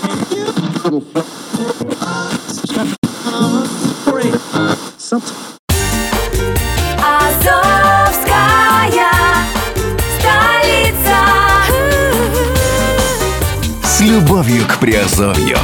Столица. С любовью к Приазовью.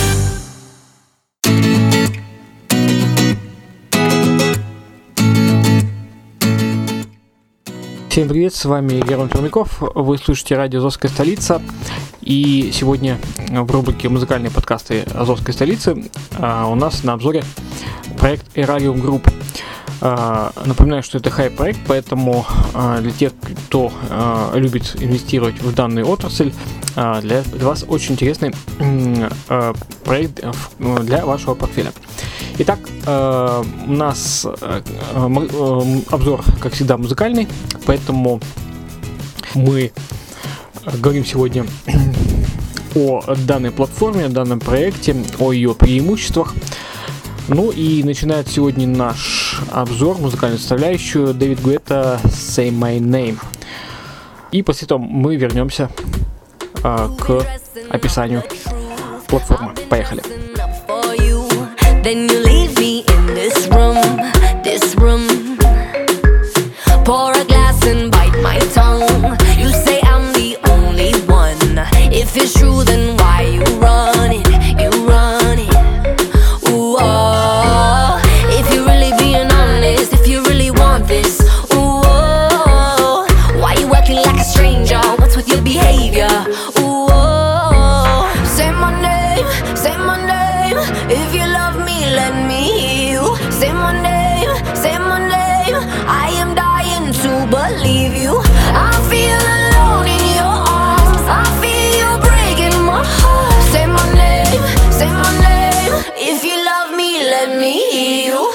Всем привет, с вами Герман Пермяков, вы слушаете радио «Азовская столица», и сегодня в рубрике «Музыкальные подкасты Азовской столицы» у нас на обзоре проект Erarium Group. Напоминаю, что это хай-проект, поэтому для тех, кто любит инвестировать в данную отрасль, для вас очень интересный проект для вашего портфеля. Итак, у нас обзор, как всегда, музыкальный, поэтому мы говорим сегодня о данной платформе, о данном проекте, о ее преимуществах. Ну и начинает сегодня наш обзор, музыкальную составляющую, Дэвид Гуэтта «Say My Name». И после этого мы вернемся к описанию платформы. Поехали. Then you leave me in this room. Pour a glass and bite my tongue. You say I'm the only one. If it's true, then why you run it? You run it. Ooh, oh. If you're really being honest, if you really want this, ooh, oh. Why you acting like a stranger? What's with your behavior? Ooh, oh. Say my name, say my name. If you love me, let me hear you. Say my name, say my name. I am dying to believe you. I feel alone in your arms. I feel you breaking my heart. Say my name, say my name. If you love me, let me hear you.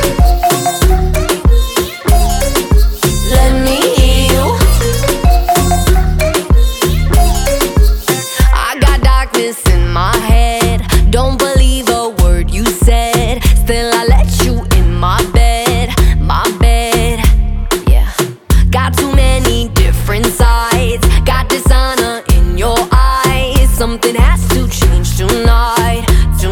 Let me hear you. I got darkness in my head. Don't believe a word you said. Still I let you in my bed, yeah. Got too many different sides. Got dishonor in your eyes. Something has to change tonight.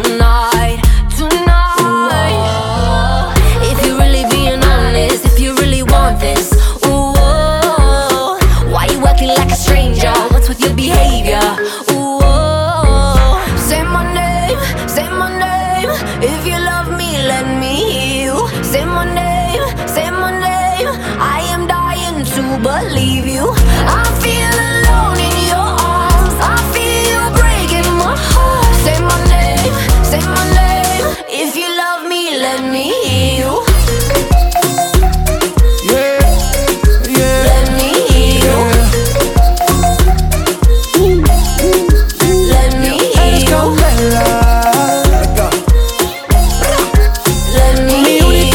Ooh, if you're really being honest, if you really want this, ooh, why you acting like a stranger? What's with your behavior? Ooh, say my name, say my name. If you love me, let me hear you. Say my name, say my name. I am dying to believe you. I feel alone in your arms. I feel you breaking my heart. Say my name, say my name. If you love me, let me hear you. Let me hear you. Let me hear you. Let me hear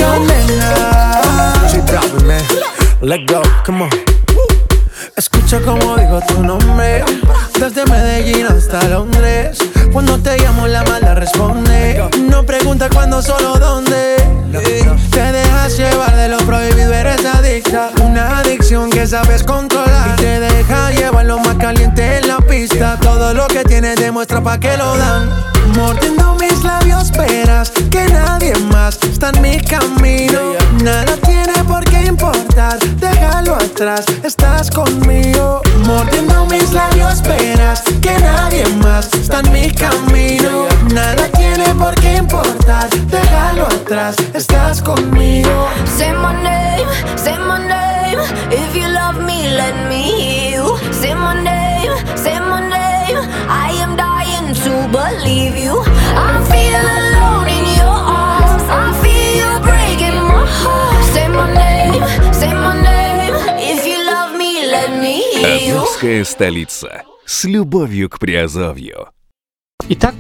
you. Let go, come on. Escucha como digo tu nombre. Desde Medellín hasta Londres. Cuando te llamo la mala responde. No pregunta cuándo, solo dónde. Te dejas llevar de lo prohibido, eres adicta. Una adicción que sabes controlar. Y te deja llevar lo más caliente en la pista. Todo lo que tienes demuestra pa' que lo dan. Mordiendo mis labios verás que nadie más está en mi camino. Nada tiene por qué importar, déjalo atrás, estás conmigo. Mordiendo mis labios verás que nadie más está en mi camino. Nada tiene por qué importar, déjalo atrás, estás conmigo. Say my name, say my name. If you love me, let me hear you. Say my name, say my name. I am dying to believe you. I feel alone in your arms. I feel you breaking my heart. Say my name, say my name. If you love me, let me hear you. Азовская столица. С любовью к Приазовью. Итак,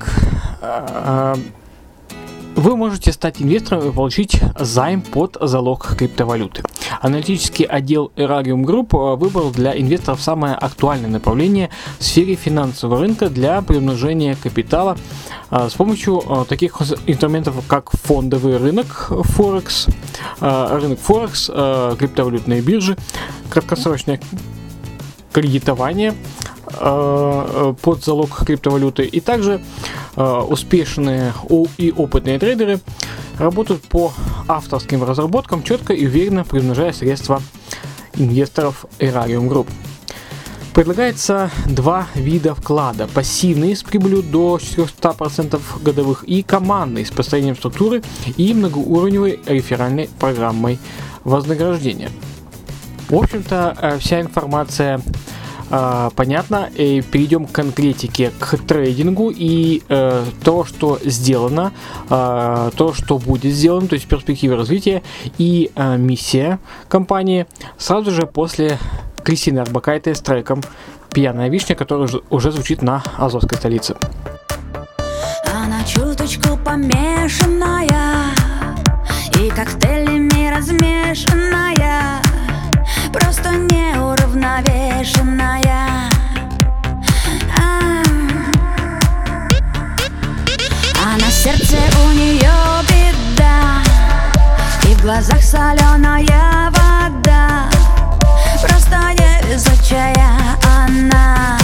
вы можете стать инвестором и получить займ под залог криптовалюты. Аналитический отдел Erarium Group выбрал для инвесторов самое актуальное направление в сфере финансового рынка для приумножения капитала с помощью таких инструментов, как фондовый рынок Форекс, криптовалютные биржи, краткосрочное кредитование, под залог криптовалюты. И также успешные и опытные трейдеры работают по авторским разработкам, четко и уверенно приумножая средства инвесторов Erarium Group. Предлагается два вида вклада: пассивный с прибылью до 400% годовых и командный с построением структуры и многоуровневой реферальной программой вознаграждения. В общем-то, вся информация понятна. И перейдем к конкретике, к трейдингу и то, что сделано, то, что будет сделано, то есть перспективы развития и миссия компании сразу же после Кристины Орбакайте с треком «Пьяная вишня», который уже звучит на Азовской столице. Она чуточку помешанная и коктейлями размешанная, просто неуравновешенная. А на сердце у нее беда, и в глазах соленая вода, просто невезучая она.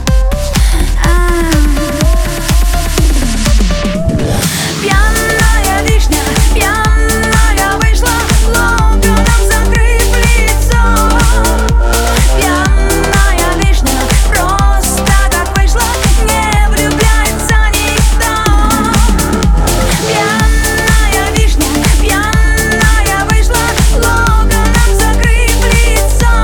Пьяная вишня, пьяная вышла, локоном закрыв лицо. Пьяная вишня, просто так вышла, не влюбляется никто. Пьяная вишня, пьяная вышла, локоном закрыв лицо.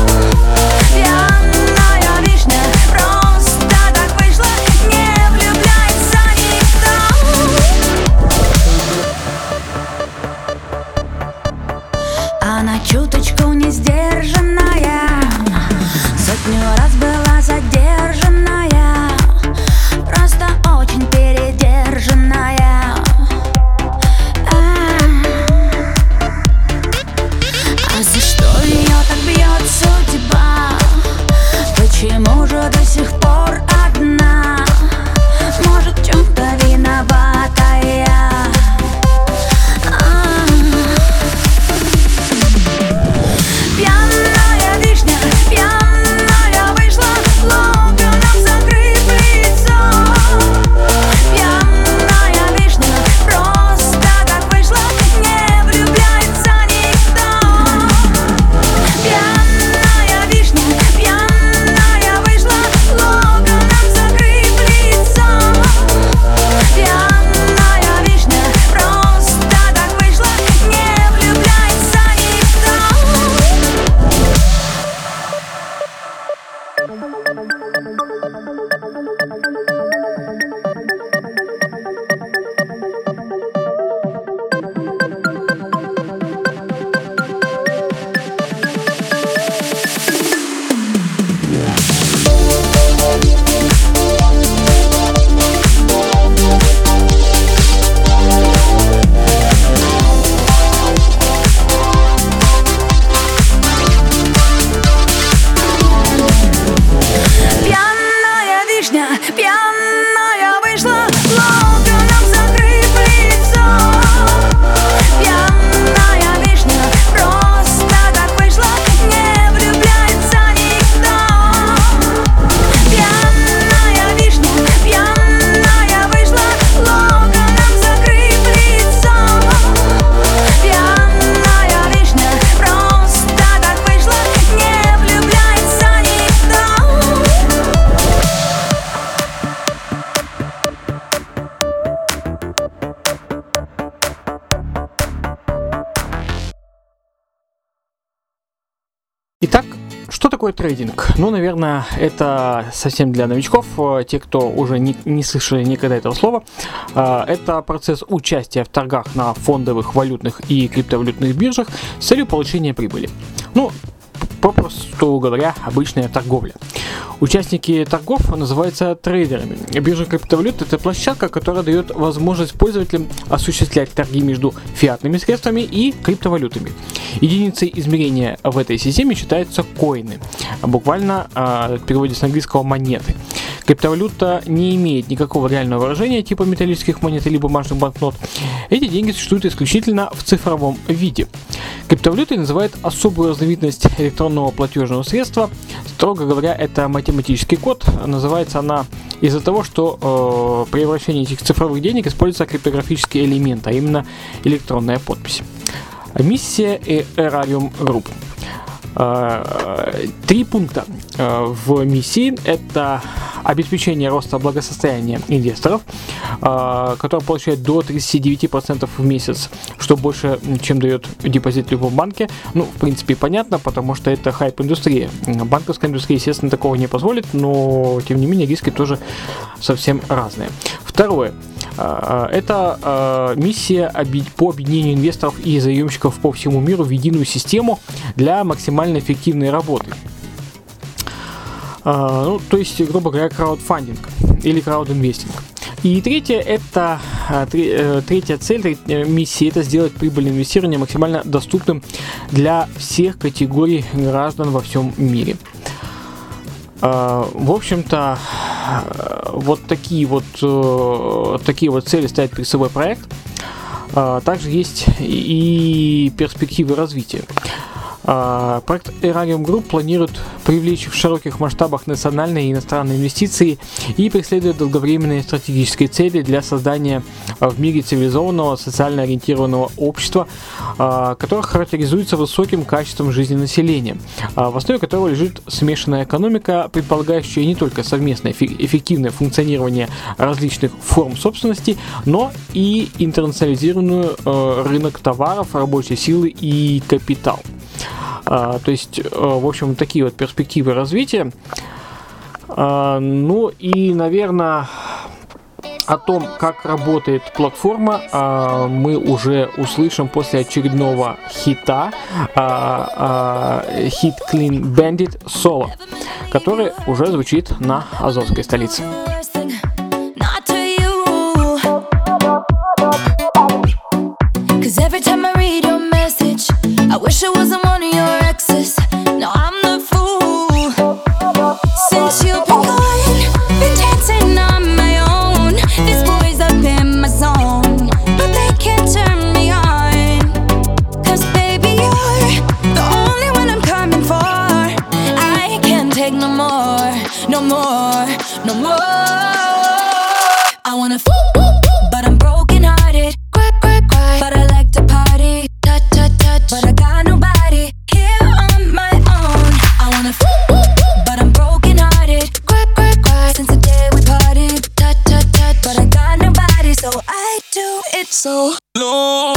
Пьяная вишня, просто так вышла, не влюбляется никто. Она чуточку не сдержанная, сотню раз была задержанная, просто очень передержанная. А за что ее так бьет судьба? Почему же до сих пор одна? Может, в чем-то виновата я? Пьяная вишня, пьяная вышла, локоном закрыв лицо. Пьяная вишня, просто так вышла, не влюбляется никто. Пьяная вишня, пьяная вышла, локоном закрыв лицо. Пьяная вишня, просто так вышла, не влюбляется никто. Пьяная вишня, пьяная вышла, локоном закрыв лицо. Пьяная вишня, просто так вышла, не влюбляется никто. Пьяная вишня, пьяная вышла, локоном закрыв лицо. Пьяная вишня, просто так вышла, не влюбляется никто. Итак, что такое трейдинг? Ну, наверное, это совсем для новичков, те, кто уже не слышали никогда этого слова. Это процесс участия в торгах на фондовых, валютных и криптовалютных биржах с целью получения прибыли. Ну, попросту говоря, обычная торговля. Участники торгов называются трейдерами. Биржа криптовалют – это площадка, которая дает возможность пользователям осуществлять торги между фиатными средствами и криптовалютами. Единицей измерения в этой системе считаются коины, буквально в переводе с английского монеты. криптовалюта не имеет никакого реального выражения типа металлических монет или бумажных банкнот. Эти деньги существуют исключительно в цифровом виде. Криптовалютой называют особую разновидность электронного платежного средства. Строго говоря, это математический код. Называется она из-за того, что при вращении этих цифровых денег используется криптографический элемент, а именно электронная подпись. Миссия Erarium Group. 3 пункта в миссии. Это обеспечение роста благосостояния инвесторов, которые получают до 39% в месяц, что больше, чем дает депозит в любом банке. Ну, в принципе, понятно, потому что это хайп-индустрия. Банковская индустрия, естественно, такого не позволит, но, тем не менее, риски тоже совсем разные. Второе. Это миссия по объединению инвесторов и заемщиков по всему миру в единую систему для максимально эффективной работы. То есть, грубо говоря, краудфандинг или краудинвестинг. И третья цель миссии – это сделать прибыльное инвестирование максимально доступным для всех категорий граждан во всем мире. В общем-то, вот такие вот цели ставит перед собой проект. Также есть и перспективы развития. Проект Erarium Group планирует привлечь в широких масштабах национальные и иностранные инвестиции и преследует долговременные стратегические цели для создания в мире цивилизованного, социально ориентированного общества, которое характеризуется высоким качеством жизни населения, в основе которого лежит смешанная экономика, предполагающая не только совместное эффективное функционирование различных форм собственности, но и интернационализированный рынок товаров, рабочей силы и капитал. То есть, в общем, такие вот перспективы развития. Ну и, наверное, о том, как работает платформа, мы уже услышим после очередного хита, хит Clean Bandit Solo, который уже звучит на Азовской столице. I wish I wasn't one of your exes. Now I'm the fool. Since you've been gone, been dancing on my own. This boy's up in my zone, but they can't turn me on. 'Cause baby, you're the only one I'm coming for. I can't take no more, no more, no more. I wanna but I'm broken hearted. But I like to party. But I got nobody here on my own. I wanna but I'm broken hearted. Since the day we parted. But I got nobody, so I do it so low.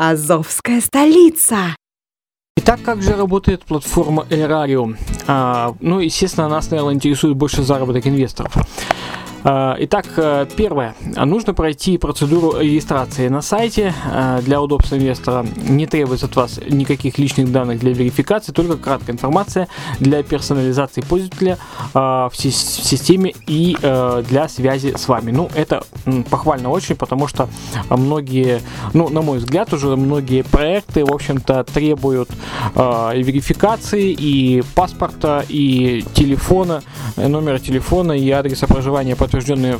Азовская столица. Итак, как же работает платформа Aerarium? Естественно, нас, наверное, интересует больше заработок инвесторов. Итак, первое. Нужно пройти процедуру регистрации на сайте. Для удобства инвестора не требуется от вас никаких личных данных для верификации, только краткая информация для персонализации пользователя в системе и для связи с вами. Это похвально очень, потому что многие, на мой взгляд, уже многие проекты, в общем-то, требуют верификации и паспорта, и телефона, номера телефона и адреса проживания, подтвержденные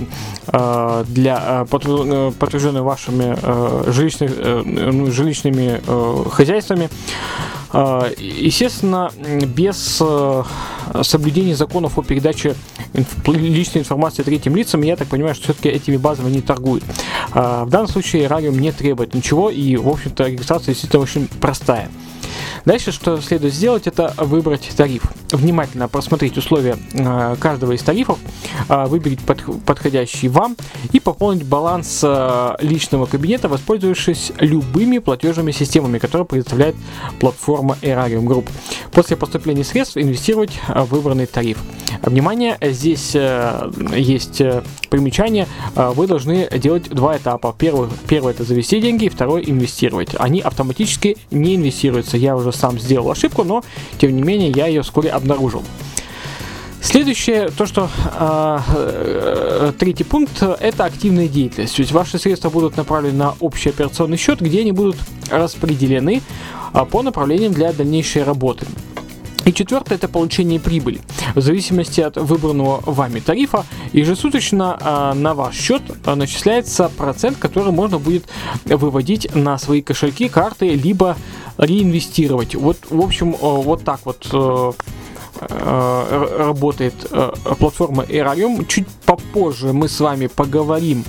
вашими жилищными хозяйствами. Естественно, без соблюдения законов о передаче личной информации третьим лицам, я так понимаю, что все-таки этими базами не торгуют. В данном случае Aerarium не требует ничего, и, в общем-то, регистрация действительно очень простая. Дальше, что следует сделать, это выбрать тариф. Внимательно просмотреть условия каждого из тарифов, выберите подходящий вам и пополнить баланс личного кабинета, воспользовавшись любыми платежными системами, которые предоставляет платформа Aerarium Group. После поступления средств инвестировать в выбранный тариф. Внимание, здесь есть примечание, вы должны делать два этапа. Первый это завести деньги, второй инвестировать. Они автоматически не инвестируются. Я уже сам сделал ошибку, но тем не менее я ее вскоре обнаружил. Следующее, третий пункт, это активная деятельность. То есть ваши средства будут направлены на общий операционный счет, где они будут распределены по направлениям для дальнейшей работы. И четвертое, это получение прибыли. В зависимости от выбранного вами тарифа, ежесуточно на ваш счет начисляется процент, который можно будет выводить на свои кошельки, карты, либо реинвестировать. В общем, вот так вот работает платформа Aerarium. Чуть попозже мы с вами поговорим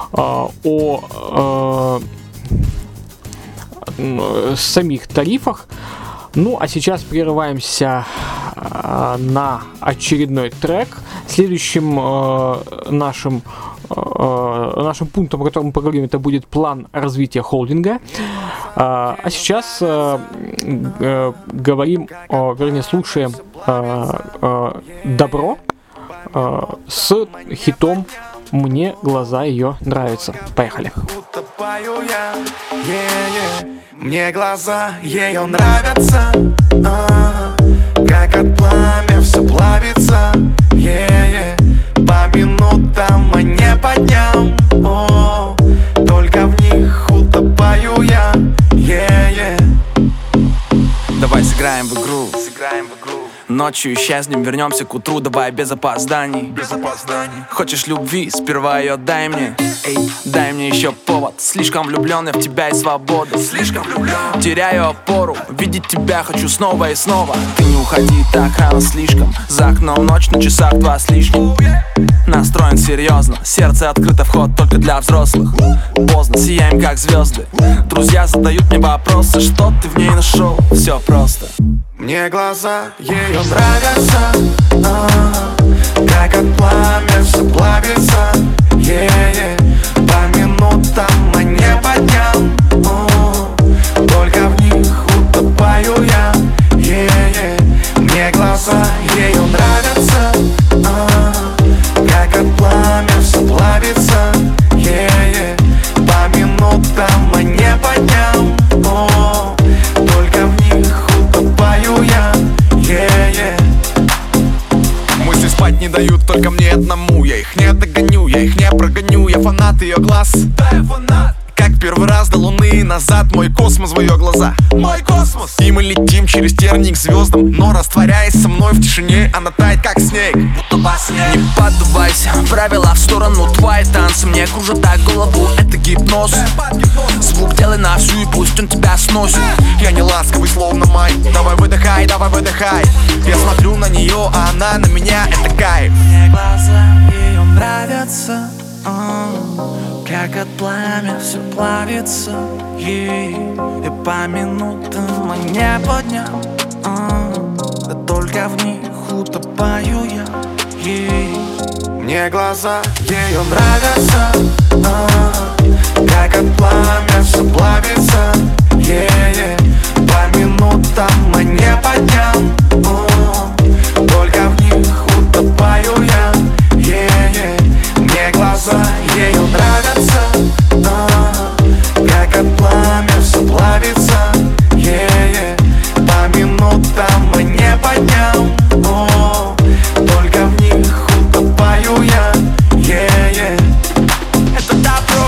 о самих тарифах. А сейчас прерываемся на очередной трек. Следующим нашим пунктом, о котором мы поговорим, это будет план развития холдинга. А сейчас слушаем «Добро» с хитом «Мне глаза ее нравятся». Поехали. Мне глаза ее нравятся, как от пламя все плавится, по минутам, а не по дням, только в них утопаю я, Давай сыграем в игру, ночью исчезнем, вернемся к утру, давай без опозданий. Хочешь любви, сперва ее дай мне. Дай мне еще повод. Слишком влюбленный в тебя и свободу. Теряю опору, видеть тебя хочу снова и снова. Ты не уходи так рано слишком. За окном ночь, на часах 2 с лишним. Настроен серьезно, сердце открыто, вход только для взрослых. Поздно, сияем как звезды. Друзья задают мне вопросы, что ты в ней нашел? Все просто. Мне глаза ее нравятся, как от пламя все плавится, по минутам, а не по дням, только в них утопаю я, Мне глаза ее нравятся, как от пламя все плавится, по минутам, а не по дням, только в них утопаю я, Мысли спать не дают только мне одному. Я их не догоню, я их не прогоню. Я фанат ее глаз, да, я фанат. Как первый раз до луны назад. Мой космос в ее глаза, мой космос. И мы летим через терник к звездам, но растворяясь со мной в тишине, она тает как снег, будто во сне. Не поддувайся, правила в сторону, твои танцы мне кружат так голову, это гипноз. Звук делай на всю и пусть он тебя сносит. Я не ласковый, словно май. Давай выдыхай, давай выдыхай. Я смотрю на нее, а она на меня, это кайф. Мне глаза ее нравятся, как от пламя все плавится, и по минутам, а не по дням, да только в них утопаю я, Мне глаза ее нравятся, Я как пламя, все плавится, по минутам мы не подням, только в них утопаю я, мне глаза ее нравятся, я как пламя, все плавится, по минутам мы не подням, только в них утопаю я, это добро.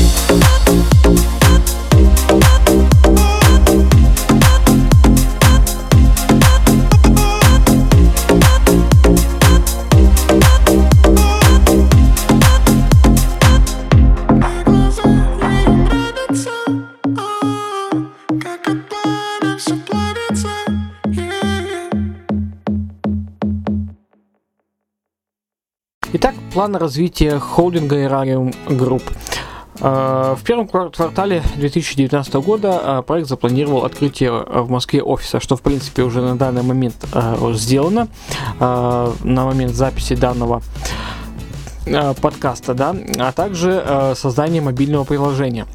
Итак, план развития холдинга Aerarium Group. В первом квартале 2019 года проект запланировал открытие в Москве офиса, что в принципе уже на данный момент сделано, на момент записи данного подкаста, да, а также создание мобильного приложения.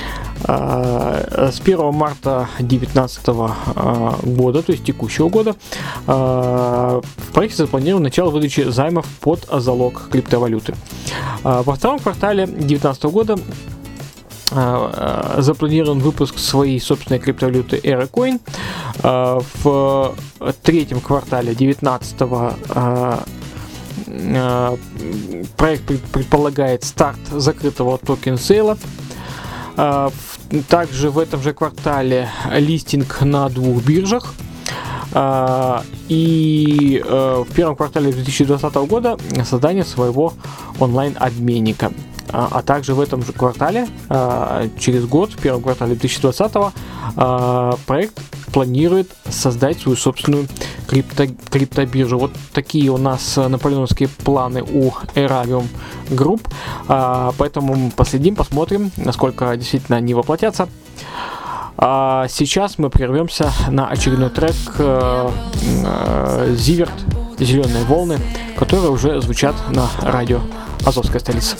С 1 марта 2019 года, то есть текущего года, в проекте запланировано начало выдачи займов под залог криптовалюты. Во втором квартале 2019 года запланирован выпуск своей собственной криптовалюты EraCoin. В третьем квартале 2019 проект предполагает старт закрытого токен-сейла. Также в этом же квартале листинг на 2 биржах. И в первом квартале 2020 года создание своего онлайн-обменника. А также в этом же квартале, через год, в первом квартале 2020, проект планирует создать свою собственную криптобиржу. Вот такие у нас наполеоновские планы у Aerarium Group. Поэтому последим, посмотрим, насколько действительно они воплотятся. А сейчас мы прервемся на очередной трек Зиверт «Зеленые волны», которые уже звучат на радио «Азовская столица».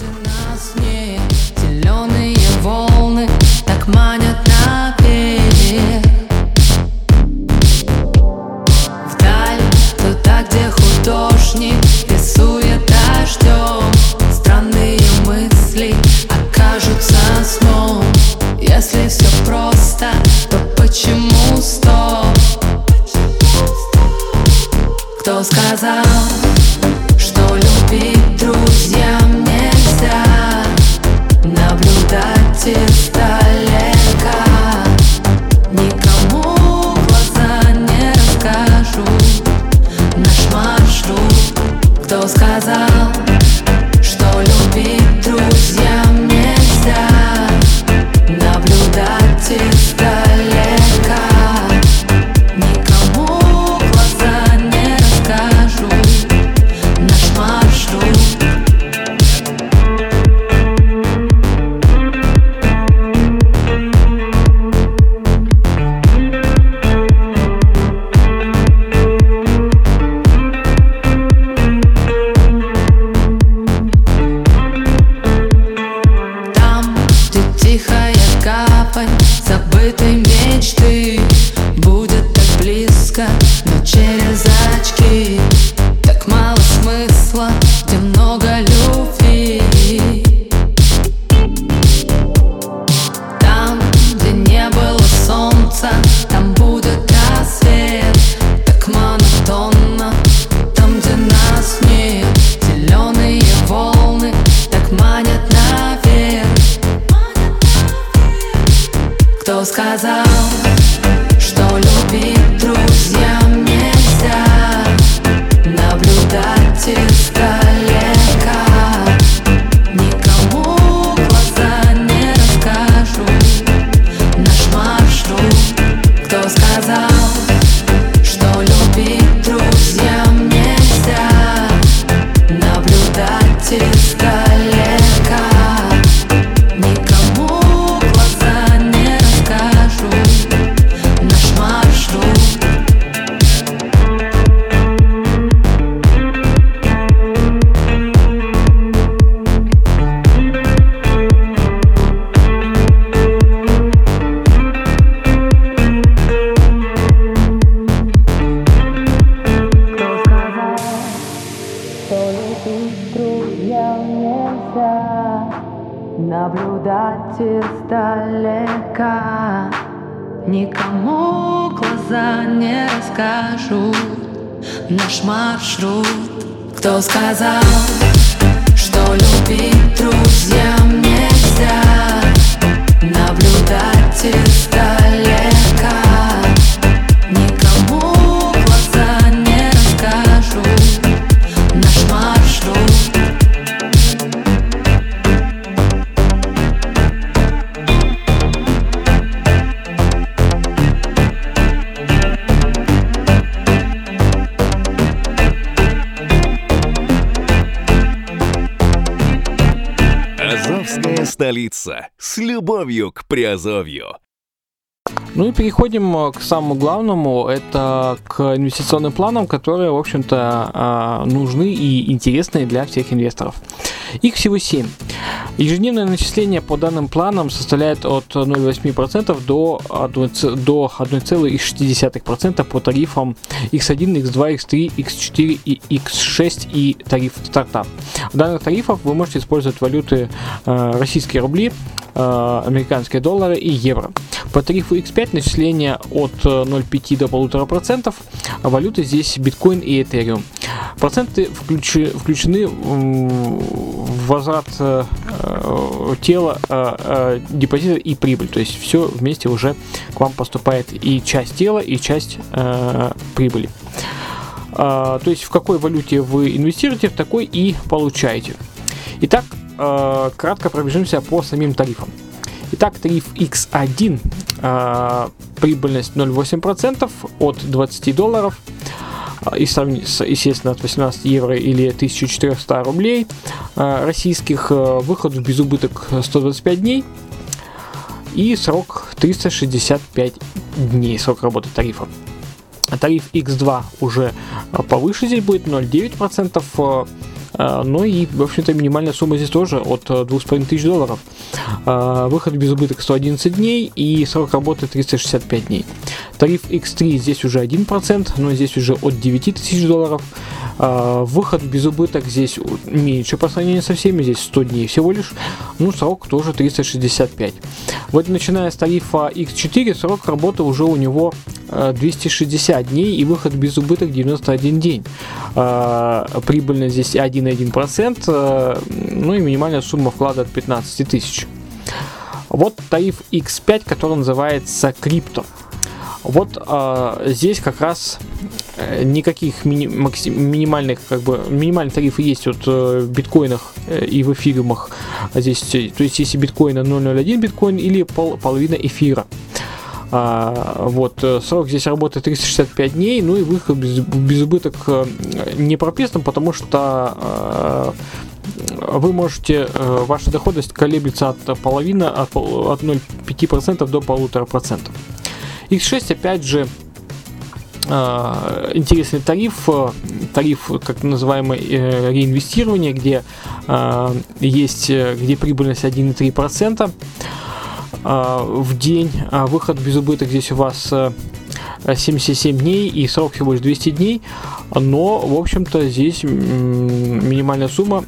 Зеленые волны так манят наперед. Вдаль, туда, где художник рисует дождем. Странные мысли окажутся сном. Если все просто, то почему стоп? Кто сказал, что любить друзьям нельзя? Наблюдать издалека. Никому глаза не расскажу наш маршрут. Кто сказал, что любить друзьям нельзя? Наблюдать издалека. Никому глаза не расскажу наш маршрут. наблюдать издалека. Никому глаза не расскажут наш маршрут. Кто сказал, что любить друзьям нельзя? Наблюдать издалека. Никому глаза не расскажут наш маршрут. Азовская столица. С любовью к Приазовью. Ну и переходим к самому главному, это к инвестиционным планам, которые, в общем-то, нужны и интересны для всех инвесторов. Их всего 7. Ежедневное начисление по данным планам составляет от 0,8% до 1,6% по тарифам X1, X2, X3, X4 и X6 и тариф стартап. В данных тарифах вы можете использовать валюты российские рубли, американские доллары и евро. По тарифу X5 начисление от 0,5 до 1,5%, а валюты здесь биткоин и этериум. Проценты включены в возврат тела депозита и прибыль. То есть все вместе уже к вам поступает и часть тела, и часть прибыли. То есть в какой валюте вы инвестируете, в такой и получаете. Итак, кратко пробежимся по самим тарифам. Итак, тариф X1, прибыльность 0,8% от $20, и естественно, от 18 евро или 1400 рублей российских, выход в безубыток 125 дней и срок 365 дней, срок работы тарифа. Тариф X2 уже повыше, здесь будет 0,9%. Ну и, в общем-то, минимальная сумма здесь тоже от $2500. Выход в безубыток 111 дней и срок работы 365 дней. Тариф X3 здесь уже 1%, но здесь уже от $9000. Выход в безубыток здесь меньше по сравнению со всеми, здесь 100 дней всего лишь, ну срок тоже 365. Вот начиная с тарифа X4 срок работы уже у него 260 дней и выход в безубыток 91 день. Прибыльность здесь 1,1%, ну и минимальная сумма вклада от 15 тысяч. Вот тариф X5, который называется крипто. Вот здесь как раз никаких минимальных, минимальные тарифы есть от биткоинах и в эфириумах. Здесь, то есть если биткоина 0,01 биткоин или половина эфира. Вот, срок здесь работы 365 дней, ну и выход в безубыток не прописан, потому что вы можете, ваша доходность колеблется от половины, от 0,5% до 1,5%. X6 опять же интересный тариф, так называемое реинвестирование, где где прибыльность 1,3% в день, выход в безубыток здесь у вас 77 дней и срок всего лишь 200 дней, но в общем-то здесь минимальная сумма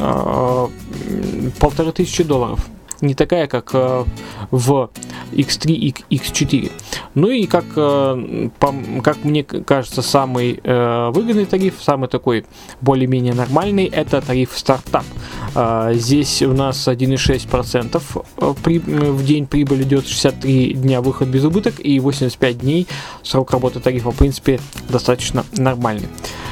$1500. Не такая, как в X3 и X4. Ну и как мне кажется, самый выгодный тариф, самый такой более-менее нормальный, это тариф стартап. Здесь у нас 1,6% в день прибыль идет, 63 дня выход без убыток и 85 дней срок работы тарифа. В принципе, достаточно нормальный.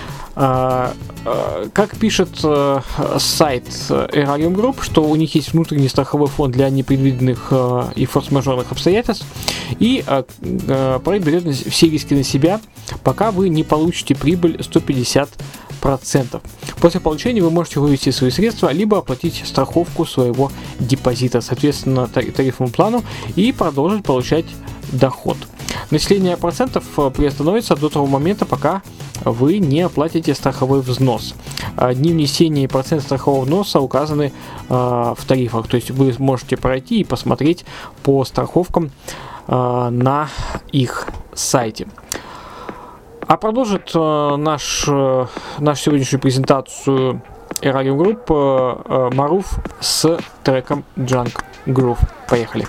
Как пишет сайт Erarium Group, что у них есть внутренний страховой фонд для непредвиденных и форс-мажорных обстоятельств, и проект берет все риски на себя, пока вы не получите прибыль 150%. После получения вы можете вывести свои средства, либо оплатить страховку своего депозита, соответственно, тарифному плану, и продолжить получать доход. Начисление процентов приостановится до того момента, пока вы не оплатите страховой взнос. Дни внесения и процент страхового взноса указаны в тарифах, то есть вы можете пройти и посмотреть по страховкам на их сайте. А продолжит нашу сегодняшнюю презентацию Erarium Group Маруф с треком Junk Groove. Поехали.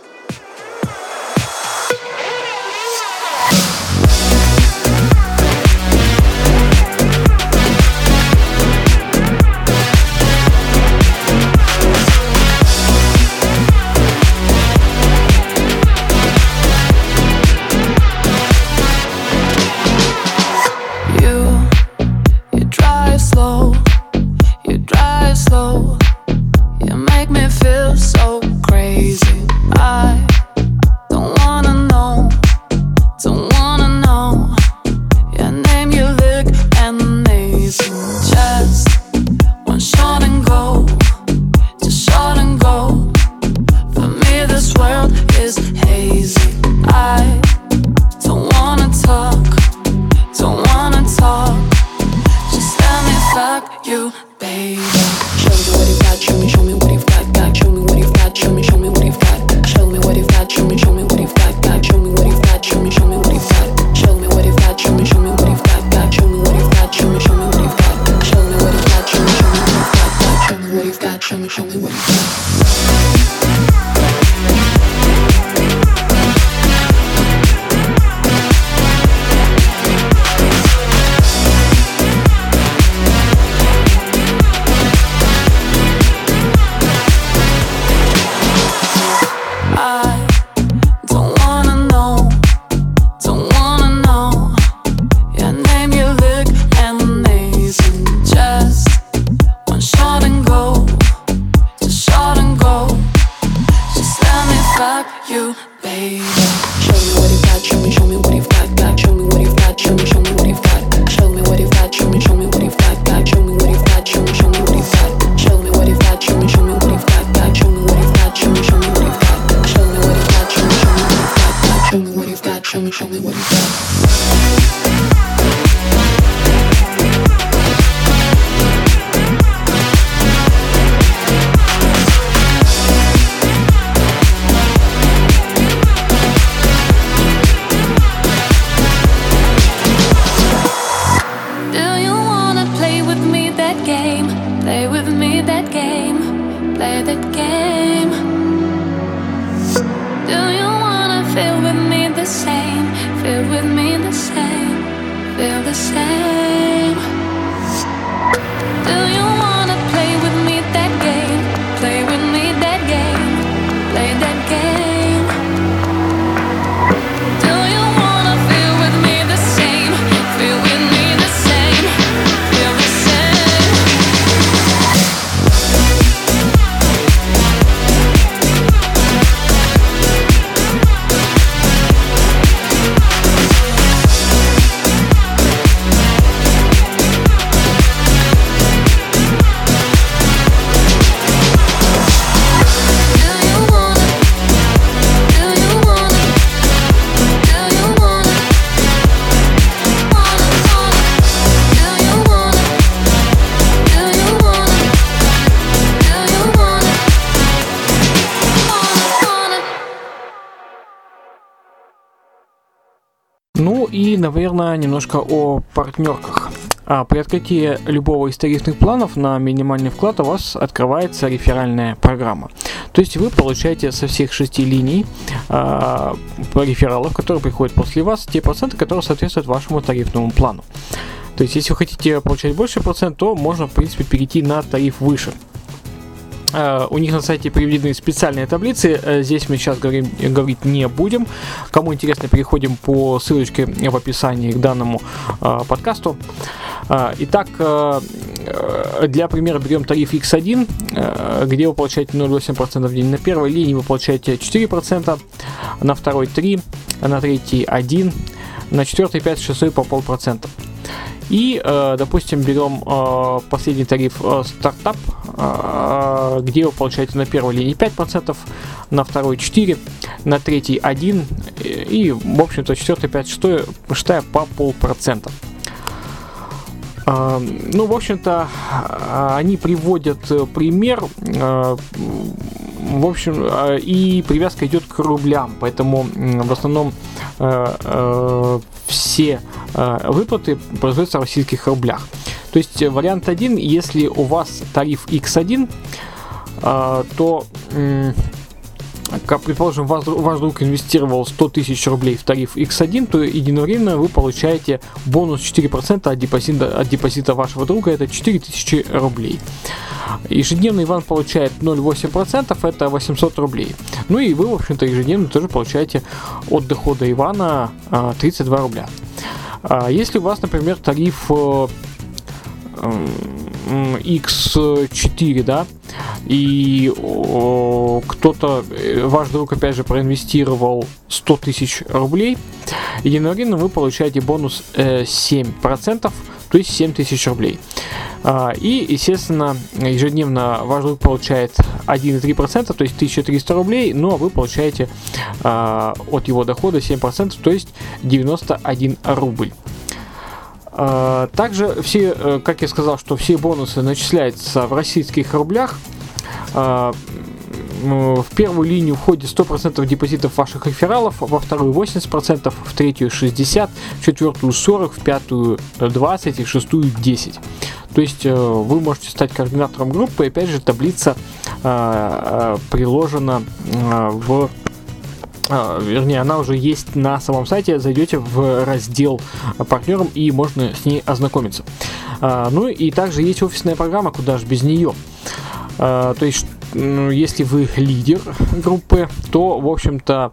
You make me feel so crazy. I don't wanna know, don't wanna know. Your name, your look, amazing. Just one shot and go, just shot and go. For me, this world is hazy. I don't wanna talk, don't wanna talk. Just let me fuck you, baby. Show me what you've got, show me what you've got, show me what you've got, show me what you've got, show me what you've got, show me what you've got, show me what you've got, show me what you've got, show me what you've got, show me what you've got, show me what you've got, show me what you've got, show me what you've got, show me what you've got, show me what you've got. И, наверное, немножко о партнерках. При открытии любого из тарифных планов на минимальный вклад у вас открывается реферальная программа. То есть вы получаете со всех 6 линий рефералов, которые приходят после вас, те проценты, которые соответствуют вашему тарифному плану. То есть если вы хотите получать больше процент, то можно, в принципе, перейти на тариф выше. У них на сайте приведены специальные таблицы, здесь мы сейчас говорить не будем. Кому интересно, переходим по ссылочке в описании к данному подкасту. Итак, для примера берем тариф X1, где вы получаете 0,8% в день. На первой линии вы получаете 4%, на второй 3%, на третьей 1%, на четвертой 5%, шестой по 0,5%. И, допустим, берем последний тариф стартап, где вы получаете на первой линии 5%, на второй 4%, на третьей 1% и, в общем-то, 4, 5, 6 по 0,5%. Ну, в общем-то, они приводят пример, в общем, и привязка идет к рублям, поэтому в основном все выплаты производятся в российских рублях. То есть вариант 1, если у вас тариф X1, то, как предположим, ваш друг инвестировал 100 тысяч рублей в тариф X1, то единовременно вы получаете бонус 4% от депозита вашего друга, это 4000 рублей. Ежедневно Иван получает 0,8%, это 800 рублей. Ну и вы, в общем-то, ежедневно тоже получаете от дохода Ивана 32 рубля. Если у вас, например, тариф X4, да, и кто-то, ваш друг, опять же, проинвестировал 100 тысяч рублей, единовременно вы получаете бонус 7%, то есть 7 тысяч рублей. И, естественно, ежедневно ваш друг получает 1,3%, то есть 1300 рублей, ну а вы получаете от его дохода 7%, то есть 91 рубль. Также все, как я сказал, что все бонусы начисляются в российских рублях. В первую линию входит 100% депозитов ваших рефералов, во вторую 80%, в третью 60%, в четвертую 40%, в пятую 20% и в шестую 10%. То есть вы можете стать координатором группы, и опять же таблица приложена вернее, она уже есть на самом сайте, зайдете в раздел партнерам и можно с ней ознакомиться. Ну и также есть офисная программа, куда же без нее. То есть, если вы лидер группы, то, в общем-то,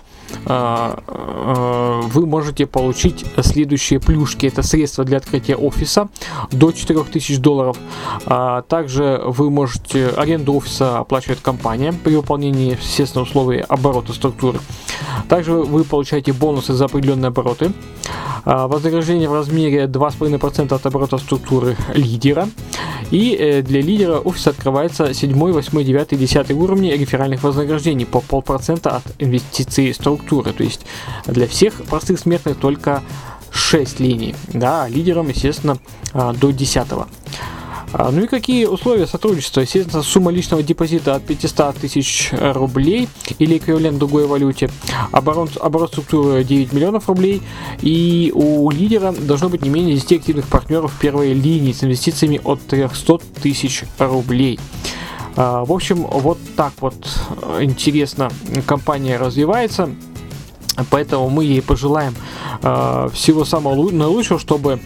вы можете получить следующие плюшки. Это средства для открытия офиса до $4000. Также вы можете, аренду офиса оплачивает компания при выполнении, естественно, условий оборота структуры. Также вы получаете бонусы за определенные обороты. Вознаграждение в размере 2,5% от оборота структуры лидера. И для лидера офис открывается 7, 8, 9, 10 уровни реферальных вознаграждений по 0,5% от инвестиций структуры. То есть для всех простых смертных только 6 линий. Да, а лидерам, естественно, до 10. Ну и какие условия сотрудничества? Естественно, сумма личного депозита от 500 тысяч рублей или эквивалент в другой валюте. Оборот структуры 9 миллионов рублей. И у лидера должно быть не менее 10 активных партнеров первой линии с инвестициями от 300 тысяч рублей. В общем, вот так вот интересно компания развивается. Поэтому мы ей пожелаем всего самого наилучшего, чтобы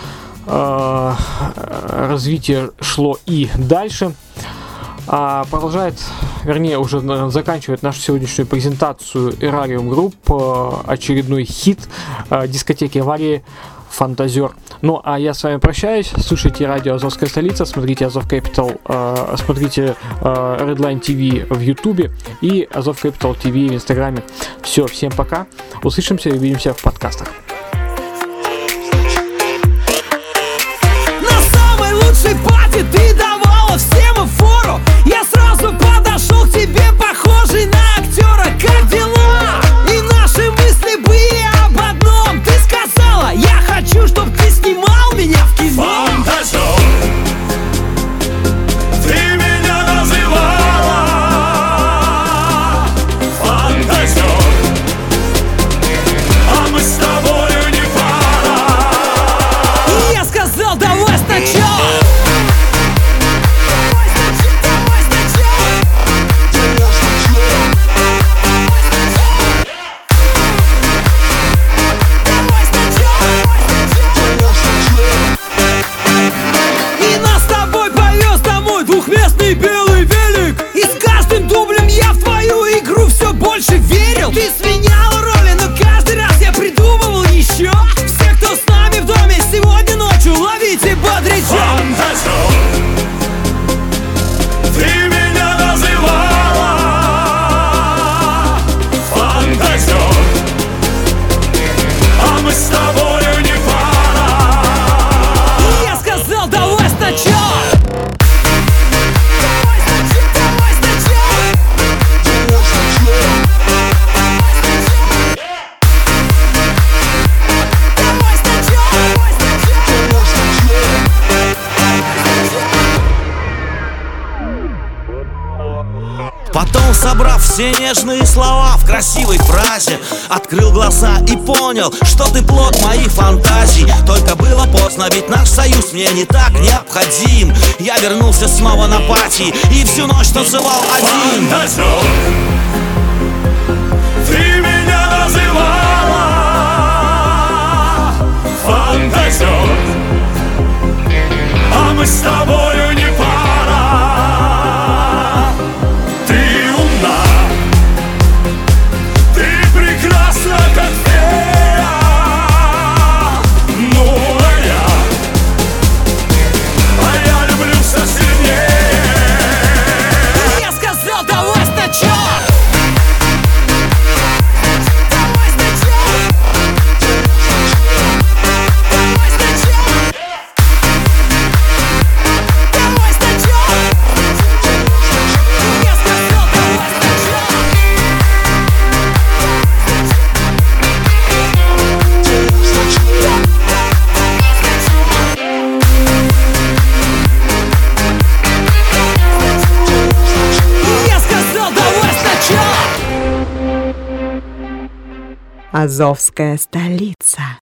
развитие шло и дальше. Продолжает, вернее, уже заканчивает нашу сегодняшнюю презентацию Aerarium Group, очередной хит дискотеки аварии «Фантазер». Ну, а я с вами прощаюсь. Слушайте радио «Азовская столица», смотрите Азов Capital, смотрите Redline TV в Ютубе и Азов Capital TV в Инстаграме. Все, всем пока. Услышимся и увидимся в подкастах. Лучшей пати ты давала всем фору. Я сразу подошел к тебе, похожий на актера. Как дела? И наши мысли были об одном. Ты сказала, я хочу, чтоб ты снимал меня в кино. Фантазер, ты меня называла фантазер, а мы с тобой Потом, собрав все нежные слова в красивой фразе, открыл глаза и понял, что ты плод моих фантазий. Только было поздно, ведь наш союз мне не так необходим. Я вернулся снова на пати и всю ночь танцевал один. Фантазер, ты меня называла фантазер, а мы с тобою не пара. Ты умна, ты прекрасна, как фея. Ну а я люблю все сильнее. Я сказал, давай сначала. Азовская столица.